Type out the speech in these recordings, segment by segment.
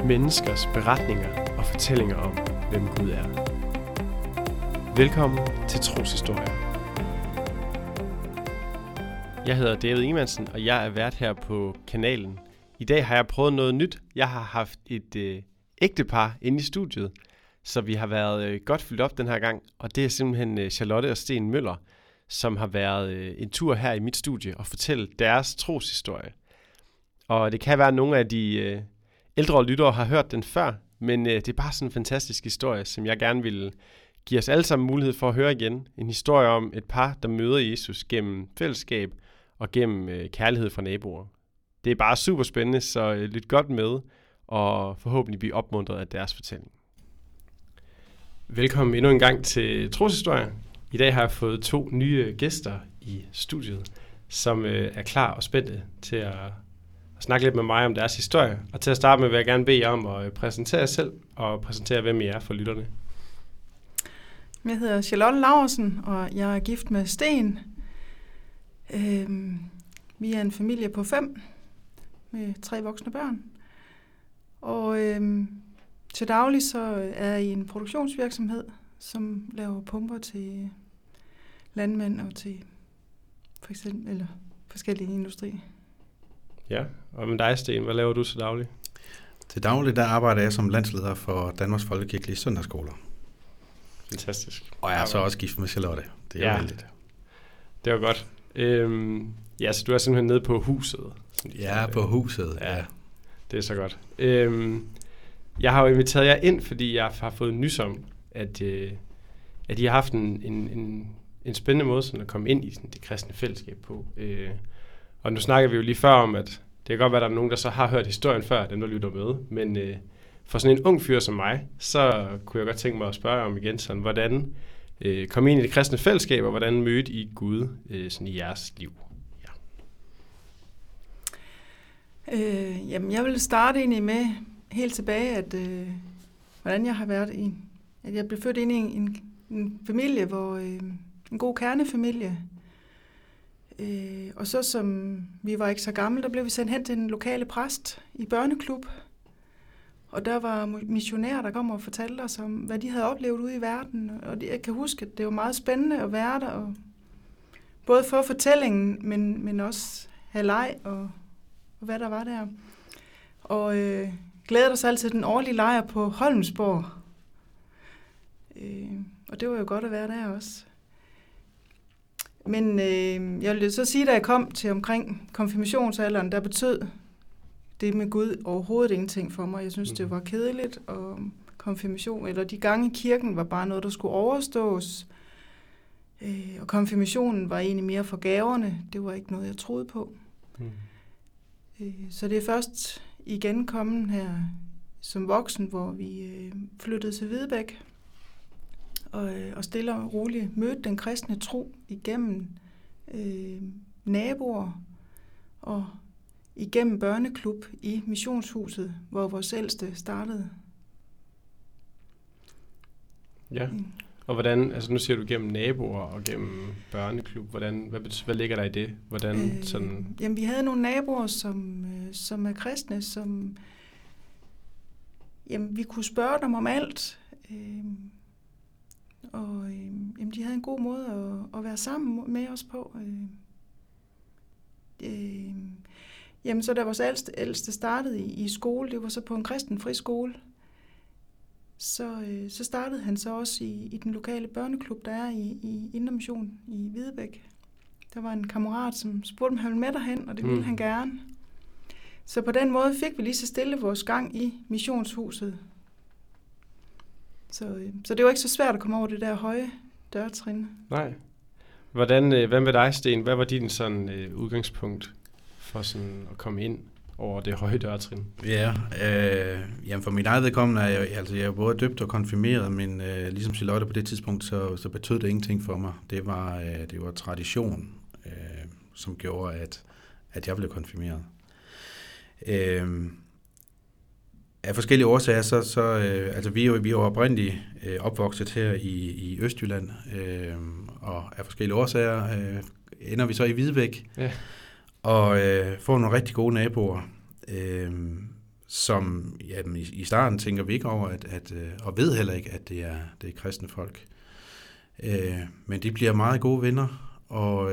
menneskers beretninger og fortællinger om, hvem Gud er. Velkommen til Troshistorier. Jeg hedder David Ingemannsen, og jeg er vært her på kanalen. I dag har jeg prøvet noget nyt. Jeg har haft et ægtepar inde i studiet, så vi har været godt fyldt op den her gang. Og det er simpelthen Charlotte og Sten Møller, som har været en tur her i mit studie og fortælle deres troshistorie. Og det kan være, at nogle af de ældre lyttere har hørt den før, men det er bare sådan en fantastisk historie, som jeg gerne vil give os alle sammen mulighed for at høre igen. En historie om et par, der møder Jesus gennem fællesskab og gennem kærlighed fra naboer. Det er bare super spændende, så lyt godt med, og forhåbentlig blive opmuntret af deres fortælling. Velkommen endnu en gang til Troshistorie. I dag har jeg fået 2 nye gæster i studiet, som er klar og spændte til at snakke lidt med mig om deres historie. Og til at starte med vil jeg gerne bede jer om at præsentere jer selv og præsentere, hvem I er for lytterne. Jeg hedder Charlotte Laursen, og jeg er gift med Sten. Vi er en familie på 5 med 3 voksne børn. Og til daglig så er jeg i en produktionsvirksomhed, som laver pumper til landmænd og til for eksempel, eller forskellige industrier. Ja, og med dig, Sten, hvad laver du til daglig? Til daglig, der arbejder jeg som landsleder for Danmarks Folkekirkelige Søndagsskoler. Fantastisk. Og jeg er så også gift med Charlotte. Det er jo heldigt. Det var godt. Ja, så du er simpelthen nede på huset. Ja, på huset, ja. Det er så godt. Jeg har jo inviteret jer ind, fordi jeg har fået nys om, at I har haft en spændende måde sådan at komme ind i sådan det kristne fællesskab på. Og nu snakker vi jo lige før om, at det kan godt være, at der er nogen, der så har hørt historien før, den der lytter med. Men for sådan en ung fyr som mig, så kunne jeg godt tænke mig at spørge om igen, sådan, hvordan kom I ind i det kristne fællesskab, og hvordan mødte I Gud sådan i jeres liv? Ja. Jamen, jeg vil starte egentlig med helt tilbage, at hvordan jeg har været i. At jeg blev født ind i en familie, hvor en god kernefamilie. Og så som vi var ikke så gamle, der blev vi sendt hen til en lokale præst i børneklub. Og der var missionærer, der kom og fortalte os om, hvad de havde oplevet ude i verden. Og jeg kan huske, at det var meget spændende at være der. Og både for fortællingen, men også have leg og hvad der var der. Og glædede os altid den årlige lejr på Holmsborg. Og det var jo godt at være der også. Men jeg vil så sige, da jeg kom til omkring konfirmationsalderen, der betød det med Gud overhovedet ingenting for mig. Jeg synes, det var kedeligt, og konfirmation, eller de gange i kirken var bare noget, der skulle overstås. Og konfirmationen var egentlig mere for gaverne. Det var ikke noget, jeg troede på. Så det er først igen kommet her som voksen, hvor vi flyttede til Hvidebæk. Og stille og roligt mødte den kristne tro igennem naboer og igennem børneklub i Missionshuset, hvor vores ældste startede. Ja, og hvordan, altså nu siger du gennem naboer og gennem børneklub, hvad ligger der i det? Hvordan sådan? Jamen, vi havde nogle naboer, som er kristne, som vi kunne spørge dem om alt. Og de havde en god måde at være sammen med os på. Så da vores ældste startede i skole, det var så på en kristen friskole, så startede han så også i den lokale børneklub, der er i Indre Mission i Hvidebæk. Der var en kammerat, som spurgte, om han ville med derhen, og det ville han gerne. Så på den måde fik vi lige så stille vores gang i Missionshuset. Så det var ikke så svært at komme over det der høje dørtrin. Nej. Hvad med dig, Sten? Hvad var din sådan udgangspunkt for sådan at komme ind over det høje dørtrin? Ja, for mit eget vedkommende er jeg er både døbt og konfirmeret, men ligesom Charlotte på det tidspunkt, så betød det ingenting for mig. Det var tradition, som gjorde, at jeg blev konfirmeret. Af forskellige årsager, vi er jo oprindeligt opvokset her i Østjylland, og af forskellige årsager ender vi så i Hvidebæk, og får nogle rigtig gode naboer. som i starten tænker vi ikke over, og ved heller ikke, at det er kristne folk. Men de bliver meget gode venner, og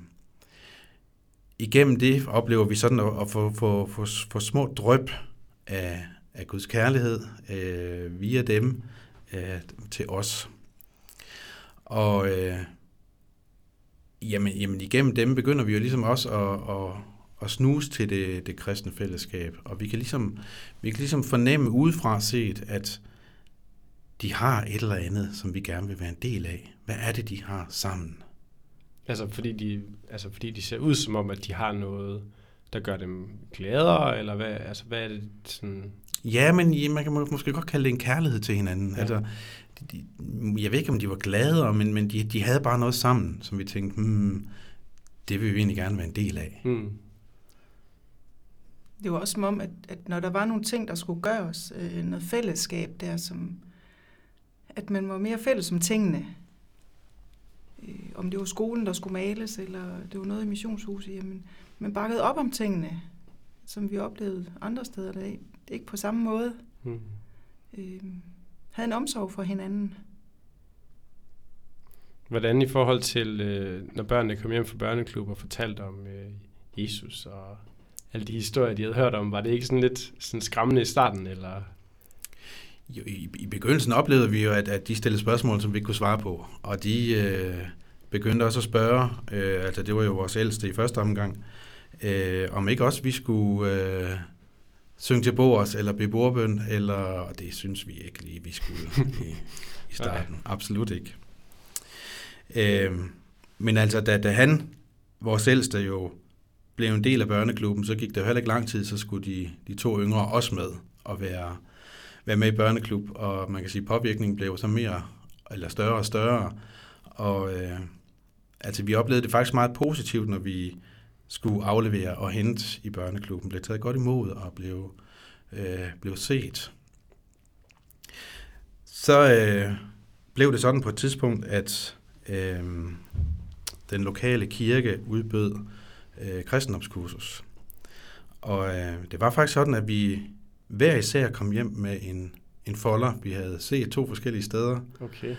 igennem det oplever vi sådan at få små dryp af Guds kærlighed via dem til os. Og jamen igennem dem begynder vi jo ligesom også at snuse til det kristne fællesskab, og vi kan ligesom fornemme udefra set, at de har et eller andet, som vi gerne vil være en del af. Hvad er det, de har sammen? Altså fordi de ser ud som om, at de har noget, der gør dem gladere, eller hvad er det sådan? Ja, men man kan måske godt kalde det en kærlighed til hinanden. Ja. Altså, jeg ved ikke, om de var glade, men de havde bare noget sammen, som vi tænkte, det vil vi egentlig gerne være en del af. Mm. Det var også som om, at når der var nogle ting, der skulle gøres, noget fællesskab der, som at man var mere fælles om tingene. Om det var skolen, der skulle males, eller det var noget i missionshuset, jamen, man bakkede op om tingene, som vi oplevede andre steder, der ikke på samme måde. Havde en omsorg for hinanden. Hvordan i forhold til, når børnene kom hjem fra børneklub og fortalte om Jesus og alle de historier, de havde hørt om, var det ikke sådan lidt sådan skræmmende i starten, eller? Jo, i begyndelsen oplevede vi jo, at de stillede spørgsmål, som vi ikke kunne svare på, og de begyndte også at spørge, altså det var jo vores ældste i første omgang, om ikke også vi skulle synge til bords, eller bede bordbøn, og det synes vi ikke lige, vi skulle i starten. Okay. Absolut ikke. Men altså, da han, vores ældste jo, blev en del af børneklubben, så gik der heller ikke lang tid, så skulle de 2 yngre også med og være med i børneklub, og man kan sige, at påvirkningen blev så mere, eller større og større, og altså vi oplevede det faktisk meget positivt, når vi skulle aflevere og hente i børneklubben, blev taget godt imod og blev set. Så blev det sådan på et tidspunkt, at den lokale kirke udbød kristendomskursus. Og det var faktisk sådan, at vi hver især kom hjem med en folder. Vi havde set 2 forskellige steder. Okay.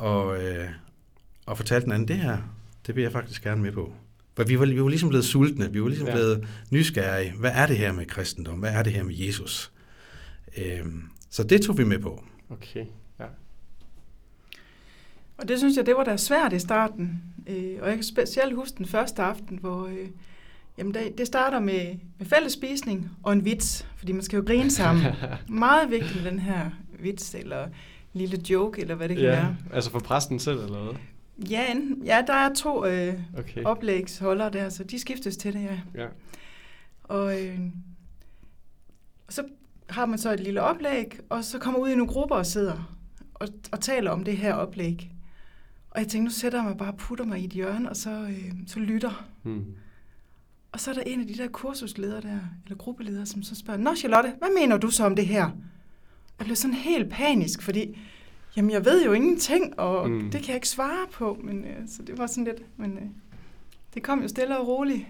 Og fortalte den anden, det vil jeg faktisk gerne med på. For vi var ligesom blevet sultne, vi var ligesom blevet nysgerrige. Hvad er det her med kristendom? Hvad er det her med Jesus? Så det tog vi med på. Okay, ja. Og det synes jeg, det var da svært i starten. Og jeg kan specielt huske den første aften, hvor det starter med fælles spisning og en vits, fordi man skal jo grine sammen. Meget vigtigt med den her vits, eller lille joke, eller hvad det kan være. Altså for præsten selv, eller hvad? Ja, der er 2 oplægsholdere der, så de skiftes til det, ja. Og så har man så et lille oplæg, og så kommer ud i nogle grupper og sidder og taler om det her oplæg. Og jeg tænkte, nu sætter jeg mig bare og putter mig i et hjørne, og så lytter. Og så er der en af de der kursusledere der, eller gruppeledere, som så spørger, nå Charlotte, hvad mener du så om det her? Jeg blev sådan helt panisk, fordi jamen, jeg ved jo ingenting, og det kan jeg ikke svare på. Men, så det var sådan lidt, men det kom jo stille og roligt.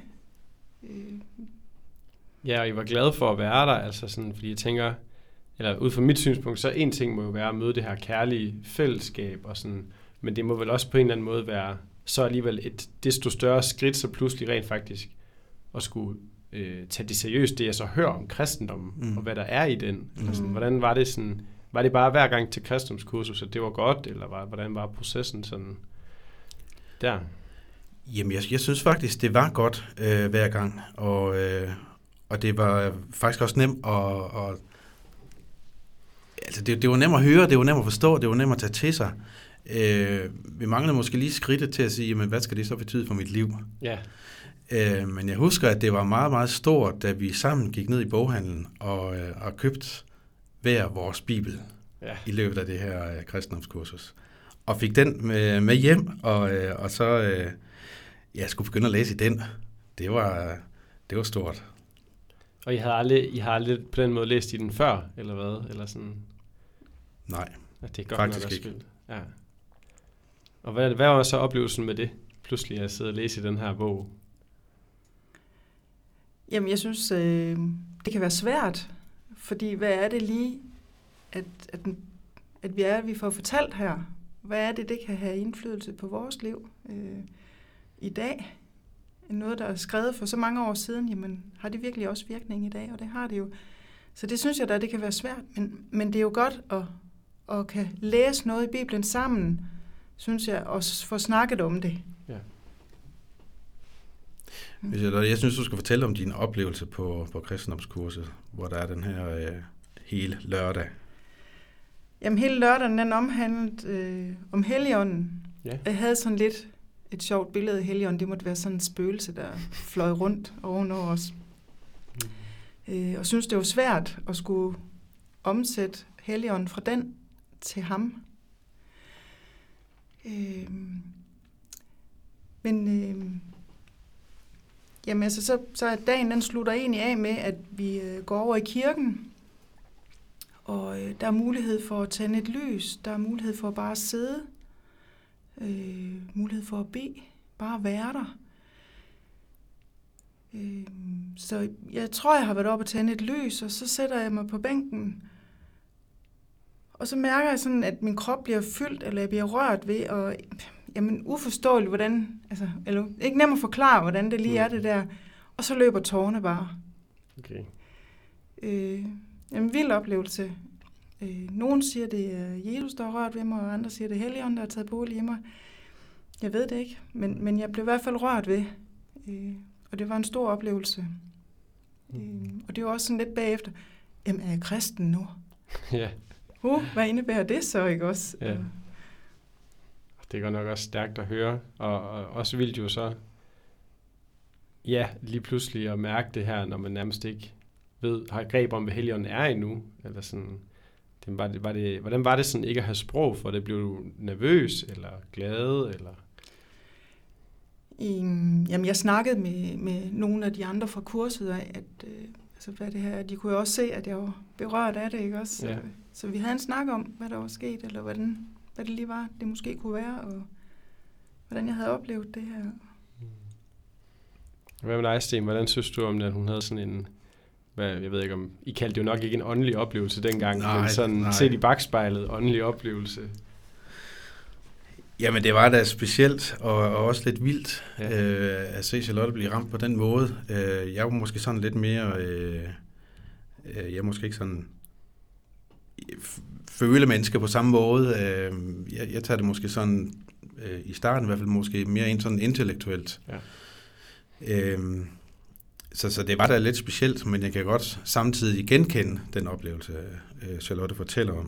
Ja, og I var glade for at være der, altså sådan, fordi jeg tænker, eller ud fra mit synspunkt, så en ting må jo være at møde det her kærlige fællesskab, og sådan, men det må vel også på en eller anden måde være så alligevel et desto større skridt, så pludselig rent faktisk at skulle tage det seriøst, det jeg så hører om kristendommen, og hvad der er i den. Sådan, hvordan var det sådan? Var det bare hver gang til kristendomskursus, at det var godt, eller hvordan var processen sådan der? Jamen, jeg synes faktisk, det var godt hver gang, og det var faktisk også nemt altså det var nemt at høre, det var nemt at forstå, det var nemt at tage til sig. Vi manglede måske lige skridtet til at sige, jamen, hvad skal det så betyde for mit liv? Ja. Men jeg husker, at det var meget, meget stort, da vi sammen gik ned i boghandlen og købte hver vores bibel i løbet af det her kristendomskursus. Og fik den med hjem, og så skulle begynde at læse i den. Det var stort. Og I har aldrig på den måde læst i den før, eller hvad? Eller sådan? Nej, det er godt, faktisk ikke. Ja. Og hvad var så oplevelsen med det? Pludselig at sidde og læse i den her bog. Jamen, jeg synes, det kan være svært, Fordi hvad er det lige, at vi får fortalt her? Hvad er det kan have indflydelse på vores liv i dag? Noget, der er skrevet for så mange år siden, jamen har det virkelig også virkning i dag? Og det har det jo. Så det synes jeg da, det kan være svært. Men det er jo godt at kan læse noget i Bibelen sammen, synes jeg, og få snakket om det. Ja. Jeg synes, du skal fortælle om din oplevelse på kristendomskurset, hvor der er den her hele lørdag. Jamen hele lørdagen, den omhandlede om Helligånden. Ja. Jeg havde sådan lidt et sjovt billede af Helligånden. Det måtte være sådan en spøgelse, der fløj rundt ovenover os. Og synes, det var svært at skulle omsætte Helligånden fra den til ham. Jamen altså, så er dagen, den slutter egentlig af med, at vi går over i kirken, og der er mulighed for at tænde et lys, der er mulighed for at bare sidde, mulighed for at bede, bare være der. Så jeg tror, jeg har været oppe og tænde et lys, og så sætter jeg mig på bænken, og så mærker jeg sådan, at min krop bliver fyldt, eller jeg bliver rørt ved, og jamen uforståeligt, hvordan, altså, eller ikke nemt at forklare, hvordan det lige er det der, og så løber tårerne bare. Okay. En vild oplevelse. Nogen siger, det er Jesus, der har rørt ved mig, og andre siger, det er Helligånden, der har taget bolig i mig. Jeg ved det ikke, men jeg blev i hvert fald rørt ved, og det var en stor oplevelse. Og det var også sådan lidt bagefter, jamen er jeg kristen nu? Ja. Hvad indebærer det så, ikke også? Ja. Det går nok også stærkt at høre, og også vildt jo så, ja, lige pludselig at mærke det her, når man nærmest ikke har greb om, hvad Helligånden er endnu, eller sådan, hvordan var det sådan ikke at have sprog for det? Blev du nervøs, eller glad, eller? Jamen, jeg snakkede med nogle af de andre fra kurset af, at altså, hvad det her, de kunne jo også se, at jeg var berørt af det, ikke også? Ja. Så vi havde en snak om, hvad der var sket, eller hvad det lige var, det måske kunne være, og hvordan jeg havde oplevet det her. Hvad med dig, Sten? Hvordan synes du om, at hun havde sådan en, jeg ved ikke om, I kaldte det jo nok ikke en åndelig oplevelse dengang, men sådan set i bagspejlet åndelig oplevelse? Jamen, det var da specielt, og også lidt vildt, at se Charlotte blive ramt på den måde. Jeg var måske sådan lidt mere, jeg er måske ikke sådan følemenneske på samme måde. Jeg tager det måske sådan, i starten i hvert fald måske mere ind sådan intellektuelt. Ja. Så det var da lidt specielt, men jeg kan godt samtidig genkende den oplevelse, Charlotte fortæller om.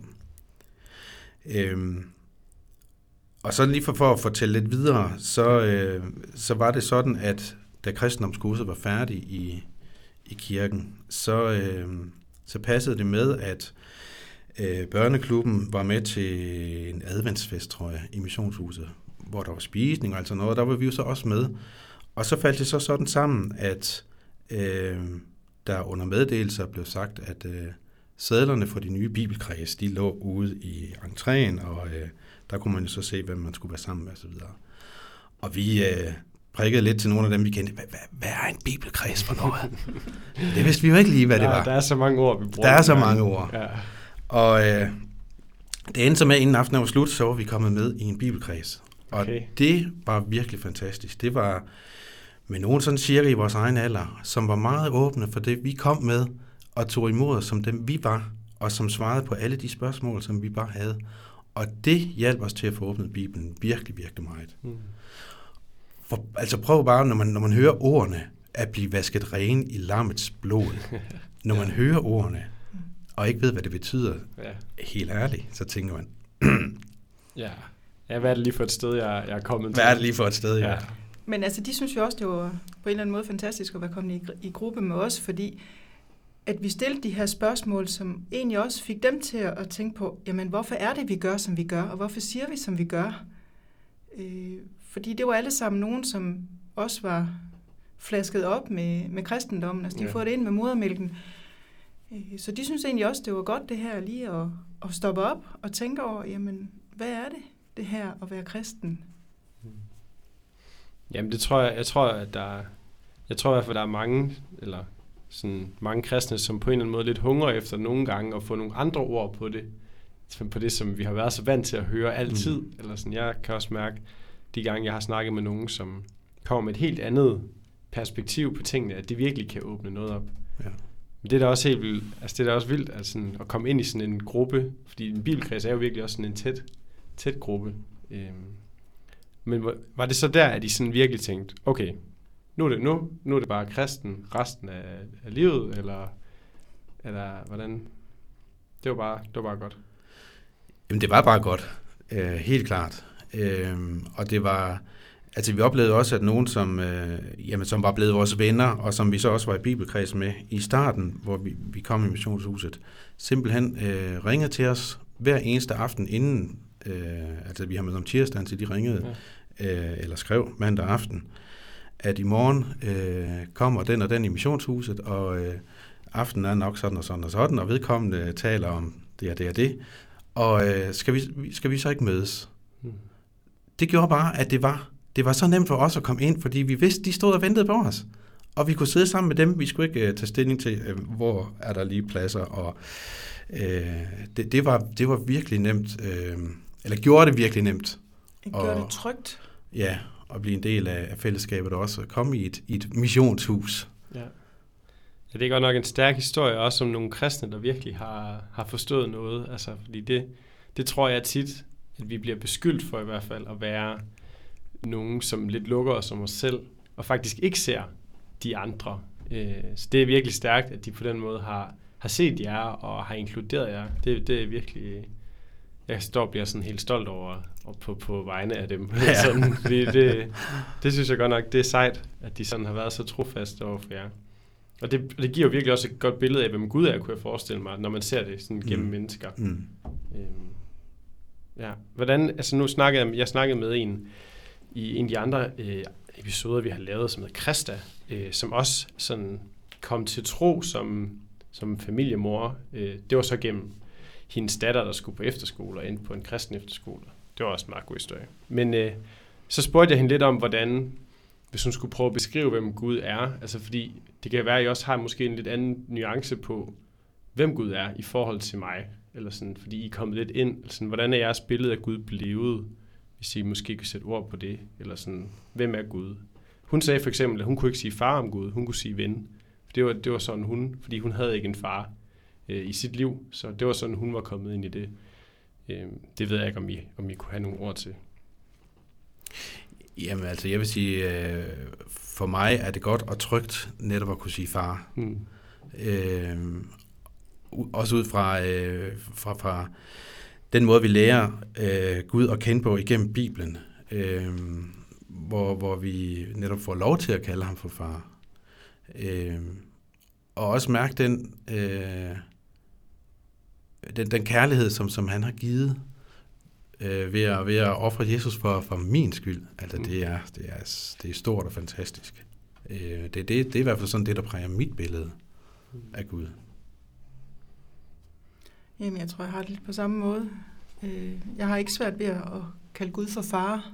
Og så lige for at fortælle lidt videre, så var det sådan, at da kristendomskurset var færdig i kirken, så passede det med, at børneklubben var med til en adventsfest, tror jeg, i missionshuset, hvor der var spisning og alt sådan noget. Der var vi jo så også med. Og så faldt det så sådan sammen, at der under meddelelser blev sagt, at sedlerne for de nye bibelkreds, de lå ude i entréen, og der kunne man jo så se, hvem man skulle være sammen med osv. Og vi prikkede lidt til nogle af dem, vi kendte. Hvad er en bibelkreds for noget? Det vidste vi jo ikke lige, hvad det var. Der er så mange ord, vi bruger. Der er så mange ord. Ja. Og det endte så med, inden aftenen var slut, så var vi kommet med i en bibelkreds. Og det var virkelig fantastisk. Det var med nogen sådan cirka i vores egen alder, som var meget åbne for det, vi kom med, og tog imod os som dem, vi var, og som svarede på alle de spørgsmål, som vi bare havde. Og det hjalp os til at få åbnet Bibelen virkelig, virkelig meget. For, altså prøv bare, når man hører ordene, at blive vasket ren i lammets blod. Når man hører ordene, og ikke ved, hvad det betyder, helt ærligt, så tænker man, ja, hvad er det lige for et sted, jeg er kommet til? Hvad er det lige for et sted, ja. Men altså, de synes jo også, det var på en eller anden måde fantastisk at være kommet i gruppe med os, fordi at vi stillede de her spørgsmål, som egentlig også fik dem til at tænke på, jamen, hvorfor er det, vi gør, som vi gør, og hvorfor siger vi, som vi gør? Fordi det var alle sammen nogen, som også var flasket op med kristendommen, altså de har fået det ind med modermælken. Så de synes egentlig også, det var godt det her lige at stoppe op og tænke over, jamen, hvad er det her at være kristen? Jamen, det tror jeg, jeg tror i hvert fald, der er mange, eller sådan mange kristne, som på en eller anden måde lidt hungrer efter nogle gange at få nogle andre ord på det, som vi har været så vant til at høre altid. Eller sådan, jeg kan også mærke, de gange jeg har snakket med nogen, som kommer med et helt andet perspektiv på tingene, at det virkelig kan åbne noget op. Ja. Men det er da også helt vildt, altså det er da også vildt altså, at komme ind i sådan en gruppe, fordi en bibelkreds er jo virkelig også sådan en tæt gruppe. Men var det så der, at I sådan virkelig tænkte, okay, nu er det bare kristen resten af livet, eller hvordan? Det var bare godt. Jamen, det var bare godt. Helt klart. Og det var, altså vi oplevede også, at nogen, som var blevet vores venner, og som vi så også var i bibelkreds med i starten, hvor vi kom i missionshuset, simpelthen ringede til os hver eneste aften inden, altså vi har med om tirsdagen, så de ringede, eller skrev mandag aften, at i morgen kommer den og den i missionshuset, og aftenen er nok sådan og sådan og sådan, og vedkommende taler om det og det og det, og skal vi så ikke mødes? Det gjorde bare, at det var så nemt for os at komme ind, fordi vi vidste, de stod og ventede på os. Og vi kunne sidde sammen med dem. Vi skulle ikke tage stilling til, hvor er der lige pladser. Og det var virkelig nemt, eller gjorde det virkelig nemt. Gjorde det trygt. Ja, at blive en del af fællesskabet og også at komme i et missionshus. Ja. Ja, det er godt nok en stærk historie, også om nogle kristne, der virkelig har forstået noget. Altså, fordi det tror jeg tit, at vi bliver beskyldt for i hvert fald at være nogen, som lidt lukker os om os selv, og faktisk ikke ser de andre. Så det er virkelig stærkt, at de på den måde har set jer og har inkluderet jer. Det er virkelig... Jeg bliver sådan helt stolt over på vegne af dem. Ja. Sådan, fordi det synes jeg godt nok, det er sejt, at de sådan har været så trofaste over for jer. Og det giver jo virkelig også et godt billede af, hvem Gud er, kunne jeg forestille mig, når man ser det sådan gennem mennesker. Ja. Hvordan, altså nu jeg snakkede med en i en af de andre episoder, vi har lavet, som hedder Krista, som også sådan kom til tro som familiemor. Det var så gennem hendes datter, der skulle på efterskole og ind på en kristen efterskole. Det var også en meget god historie. Men så spurgte jeg hende lidt om, hvordan, hvis hun skulle prøve at beskrive, hvem Gud er, altså fordi det kan være, at I også har måske en lidt anden nuance på, hvem Gud er i forhold til mig, eller sådan, fordi I er kommet lidt ind, eller sådan, hvordan er jeres billede af Gud blevet, hvis I måske kan sætte ord på det, eller sådan, hvem er Gud? Hun sagde for eksempel, at hun kunne ikke sige far om Gud, hun kunne sige ven. Det var sådan fordi hun havde ikke en far i sit liv, så det var sådan, hun var kommet ind i det. Det ved jeg ikke, om I kunne have nogle ord til. Jamen altså, jeg vil sige, for mig er det godt og trygt netop at kunne sige far. Også ud fra den måde, vi lærer Gud at kende på igennem Bibelen, hvor vi netop får lov til at kalde ham for far. Og også mærke den kærlighed, som han har givet ved at ofre Jesus for min skyld. Altså, det er stort og fantastisk. Det er i hvert fald sådan det, der præger mit billede af Gud. Jamen, jeg tror, jeg har det lidt på samme måde. Jeg har ikke svært ved at kalde Gud for far.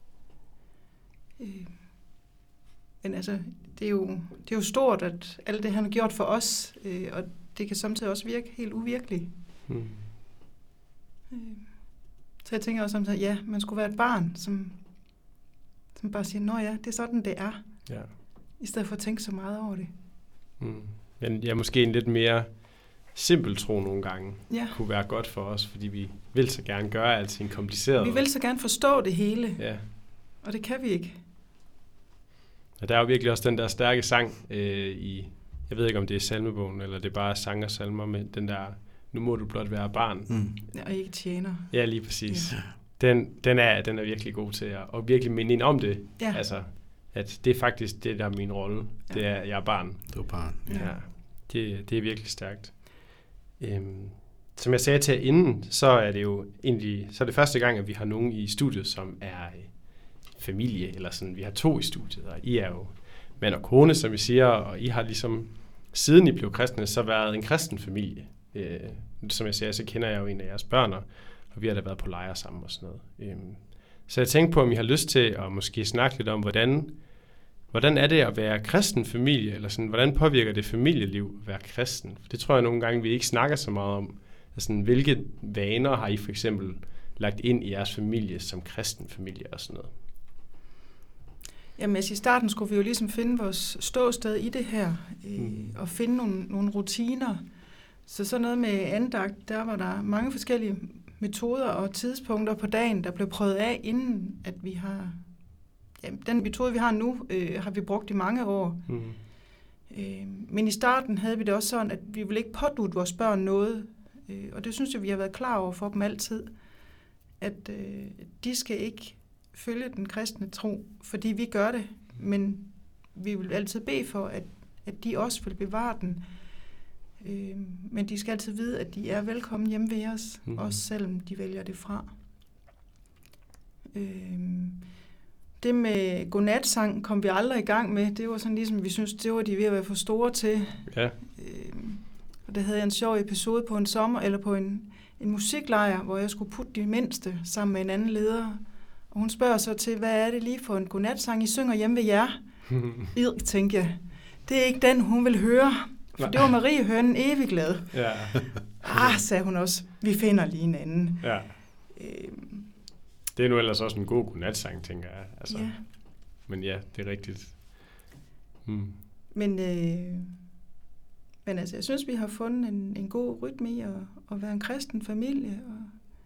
Men altså, det er jo stort, at alt det, han har gjort for os, og det kan samtidig også virke helt uvirkeligt. Så jeg tænker også om, at ja, man skulle være et barn, som bare siger, nå ja, det er sådan, det er. Ja. I stedet for at tænke så meget over det. Men ja, måske en lidt mere simpel tro nogle gange kunne være godt for os, fordi vi vil så gerne gøre alting kompliceret. Vi vil så gerne forstå det hele, og det kan vi ikke. Og der er jo virkelig også den der stærke sang jeg ved ikke, om det er salmebogen, eller det er bare sang og salmer med den der, nu må du blot være barn. Ja, og ikke tjener. Ja, lige præcis. Ja. Den er virkelig god til at virkelig minde ind om det. Ja. Altså, at det er faktisk det, der er min rolle. Ja. Det er, jeg er barn. Du er barn. Ja. Det er virkelig stærkt. Som jeg sagde til jer inden, så er det jo egentlig, så er det første gang, at vi har nogen i studiet, som er familie, eller sådan, vi har 2 i studiet, og I er jo mand og kone, som vi siger, og I har ligesom, siden I blev kristne, så været en kristen familie. Som jeg siger, så kender jeg jo en af jeres børn, og vi har da været på lejre sammen og sådan noget. Så jeg tænkte på, om I har lyst til at måske snakke lidt om, hvordan Hvordan er det at være kristen familie, eller sådan, hvordan påvirker det familieliv at være kristen? For det tror jeg nogle gange, vi ikke snakker så meget om. Altså, hvilke vaner har I for eksempel lagt ind i jeres familie som kristen familie og sådan noget? Jamen, i starten skulle vi jo ligesom finde vores ståsted i det her, og finde nogle rutiner. Så sådan noget med andagt, der var der mange forskellige metoder og tidspunkter på dagen, der blev prøvet af, inden at vi har... Jamen, den metode, vi har nu, har vi brugt i mange år. Men i starten havde vi det også sådan, at vi ville ikke pådutte vores børn noget, og det synes jeg, vi har været klar over for dem altid, at de skal ikke følge den kristne tro, fordi vi gør det, men vi vil altid bede for, at de også vil bevare den. Men de skal altid vide, at de er velkommen hjemme ved os, også selvom de vælger det fra. Det med godnatsang kom vi aldrig i gang med. Det var sådan ligesom, vi synes, det var de ved at være for store til. Ja. Og der havde jeg en sjov episode på en sommer, eller på en musiklejr, hvor jeg skulle putte de mindste sammen med en anden leder. Og hun spørger så til, hvad er det lige for en godnatsang, I synger hjemme ved jer? Tænkte jeg, det er ikke den, hun vil høre. For det var Marie Hønen evig glad. Ja. Sagde hun også, vi finder lige en anden. Ja. Det er nu ellers også en god godnatsang, tænker jeg. Altså. Ja. Men ja, det er rigtigt. Men altså, jeg synes, vi har fundet en god rytme i at være en kristen familie, og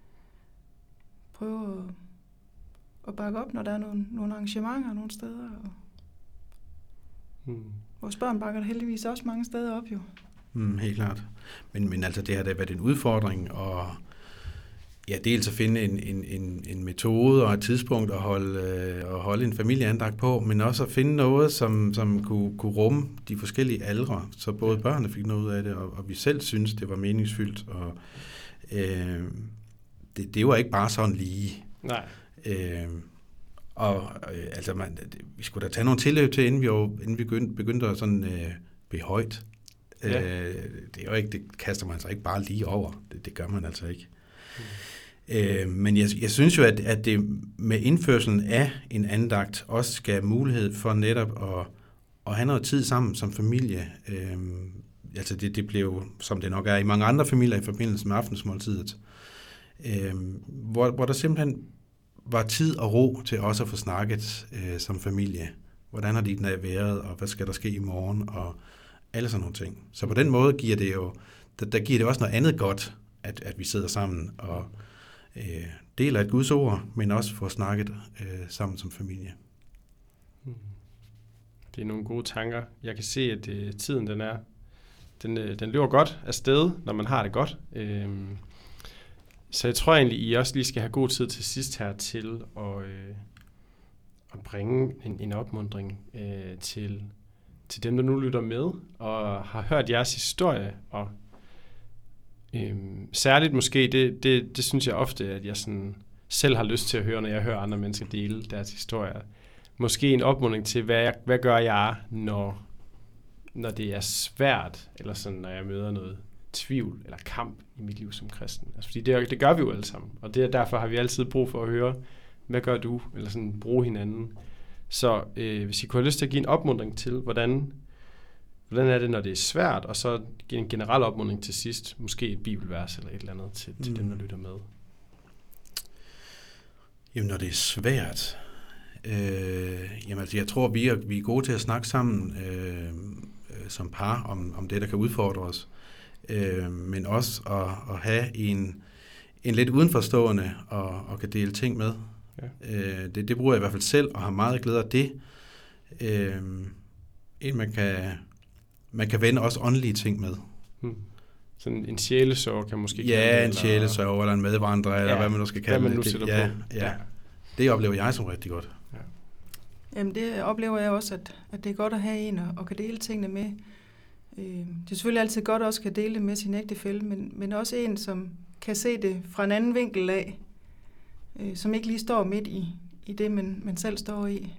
prøve at bakke op, når der er nogle arrangementer nogle steder. Vores børn bakker der heldigvis også mange steder op, jo. Helt klart. Men altså, det har da været en udfordring, og ja, dels at finde en metode og et tidspunkt at holde en familieandagt på, men også at finde noget, som kunne rumme de forskellige aldre, så både børnene fik noget ud af det, og vi selv synes det var meningsfyldt. Og det var ikke bare sådan lige. Nej. Altså, vi skulle da tage nogle tilløb til, inden vi begyndte at sådan blive højt. Ja. Det er jo ikke, det kaster man sig ikke bare lige over. Det gør man altså ikke. Men jeg synes jo, at det med indførselen af en andagt også skal have mulighed for netop at have noget tid sammen som familie. Altså det blev, som det nok er i mange andre familier i forbindelse med aftensmåltidet, hvor der simpelthen var tid og ro til også at få snakket som familie. Hvordan har din dag været, og hvad skal der ske i morgen, og alle sådan nogle ting. Så på den måde giver det jo, der giver det også noget andet godt, at vi sidder sammen og deler et Guds ord, men også får snakket sammen som familie. Det er nogle gode tanker. Jeg kan se, at tiden den løber godt afsted, når man har det godt. Så jeg tror egentlig, I også lige skal have god tid til sidst her til at bringe en opmuntring til dem, der nu lytter med og har hørt jeres historie. Og særligt måske, det synes jeg ofte, at jeg sådan selv har lyst til at høre, når jeg hører andre mennesker dele deres historier. Måske en opmuntring til, hvad gør jeg, når det er svært, eller sådan, når jeg møder noget tvivl eller kamp i mit liv som kristen. Altså, fordi det gør vi jo alle sammen, og derfor har vi altid brug for at høre, hvad gør du, eller sådan bruge hinanden. Så hvis I kunne have lyst til at give en opmuntring til, hvordan er det, når det er svært, og så give en generel opmuntring til sidst, måske et bibelvers eller et eller andet til dem, der lytter med. Jamen, når det er svært, jamen, altså, jeg tror, vi er gode til at snakke sammen som par om det, der kan udfordre os, men også at have en lidt udenforstående og kan dele ting med. Ja. Det bruger jeg i hvert fald selv, og har meget glæde af det. Man kan vende også åndelige ting med. Sådan en sjælesørg kan måske... Ja, en sjælesørg, eller en medvandrer, eller hvad man nu skal kalde det. Ja. Det oplever jeg som rigtig godt. Ja. Jamen, det oplever jeg også, at det er godt at have en, og kan dele tingene med. Det er selvfølgelig altid godt at også kan dele det med sin ægtefælle, men også en, som kan se det fra en anden vinkel af, som ikke lige står midt i det, man selv står i.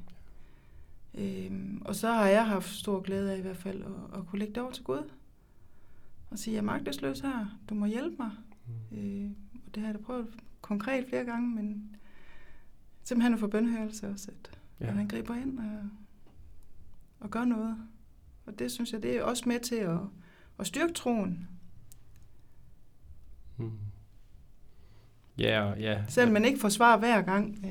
Og så har jeg haft stor glæde af i hvert fald at kunne lægge det over til Gud og sige, jeg er magtesløs her, du må hjælpe mig. Og det har jeg da prøvet konkret flere gange, men simpelthen at få bønhørelse også, at han griber ind og gør noget. Og det synes jeg, det er også med til at styrke troen. Ja. Selvom man ikke får svar hver gang.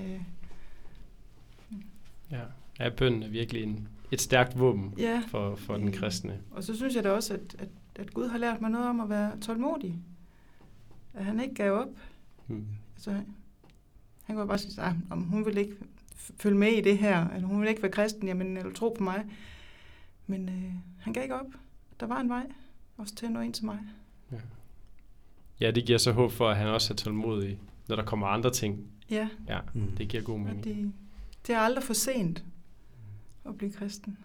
Ja, bønnen er virkelig et stærkt våben for den kristne. Og så synes jeg da også, at Gud har lært mig noget om at være tålmodig. At han ikke gav op. Altså, han kunne bare sige, om hun vil ikke følge med i det her, eller hun vil ikke være kristen, jamen, eller tro på mig. Men han gav ikke op. Der var en vej, også til at nå ind til mig. Ja, det giver så håb for, at han også er tålmodig, når der kommer andre ting. Ja. Det giver god mening. Det er aldrig for sent at blive kristen.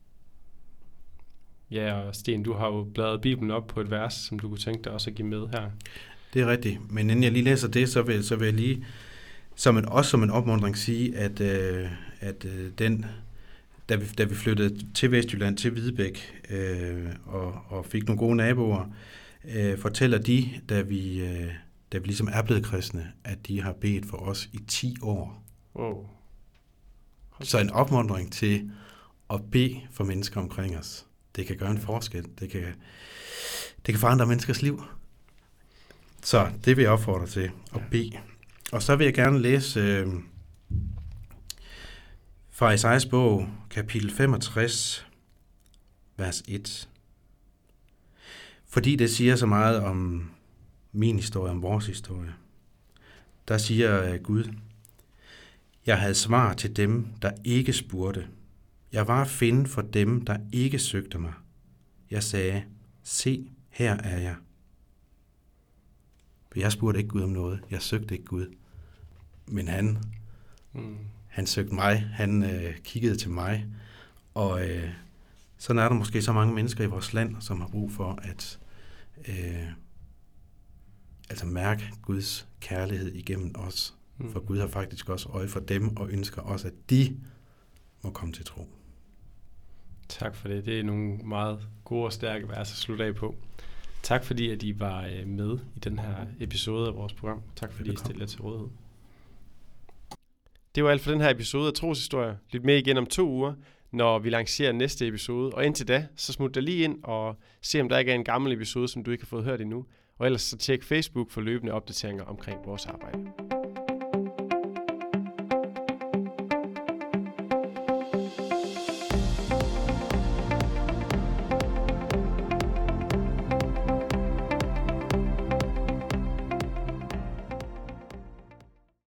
Ja, og Sten, du har jo bladret Bibelen op på et vers, som du kunne tænke dig også at give med her. Det er rigtigt, men inden jeg lige læser det, så vil jeg lige som en opmuntring sige, at da vi flyttede til Vestjylland, til Hvidebæk, og fik nogle gode naboer, fortæller de, da vi ligesom er blevet kristne, at de har bedt for os i 10 år. Wow. Så en opmuntring til at bede for mennesker omkring os. Det kan gøre en forskel. Det kan forandre menneskers liv. Så det vil jeg opfordre til at bede. Og så vil jeg gerne læse fra Esajas bog, kapitel 65, vers 1. Fordi det siger så meget om min historie, om vores historie. Der siger Gud, jeg havde svar til dem, der ikke spurgte. Jeg var at finde for dem, der ikke søgte mig. Jeg sagde, se, her er jeg. For jeg spurgte ikke Gud om noget. Jeg søgte ikke Gud. Men han søgte mig. Han kiggede til mig. Og sådan er der måske så mange mennesker i vores land, som har brug for at mærke Guds kærlighed igennem os. For Gud har faktisk også øje for dem og ønsker også, at de må komme til tro. Tak for det. Det er nogle meget gode og stærke vers at slutte af på. Tak fordi, at I var med i den her episode af vores program. Tak fordi I stillede til rådighed. Det var alt for den her episode af Troshistorier. Lyt med igen om 2 uger, når vi lancerer næste episode. Og indtil da, så smut dig lige ind og se, om der ikke er en gammel episode, som du ikke har fået hørt endnu. Og ellers så tjek Facebook for løbende opdateringer omkring vores arbejde.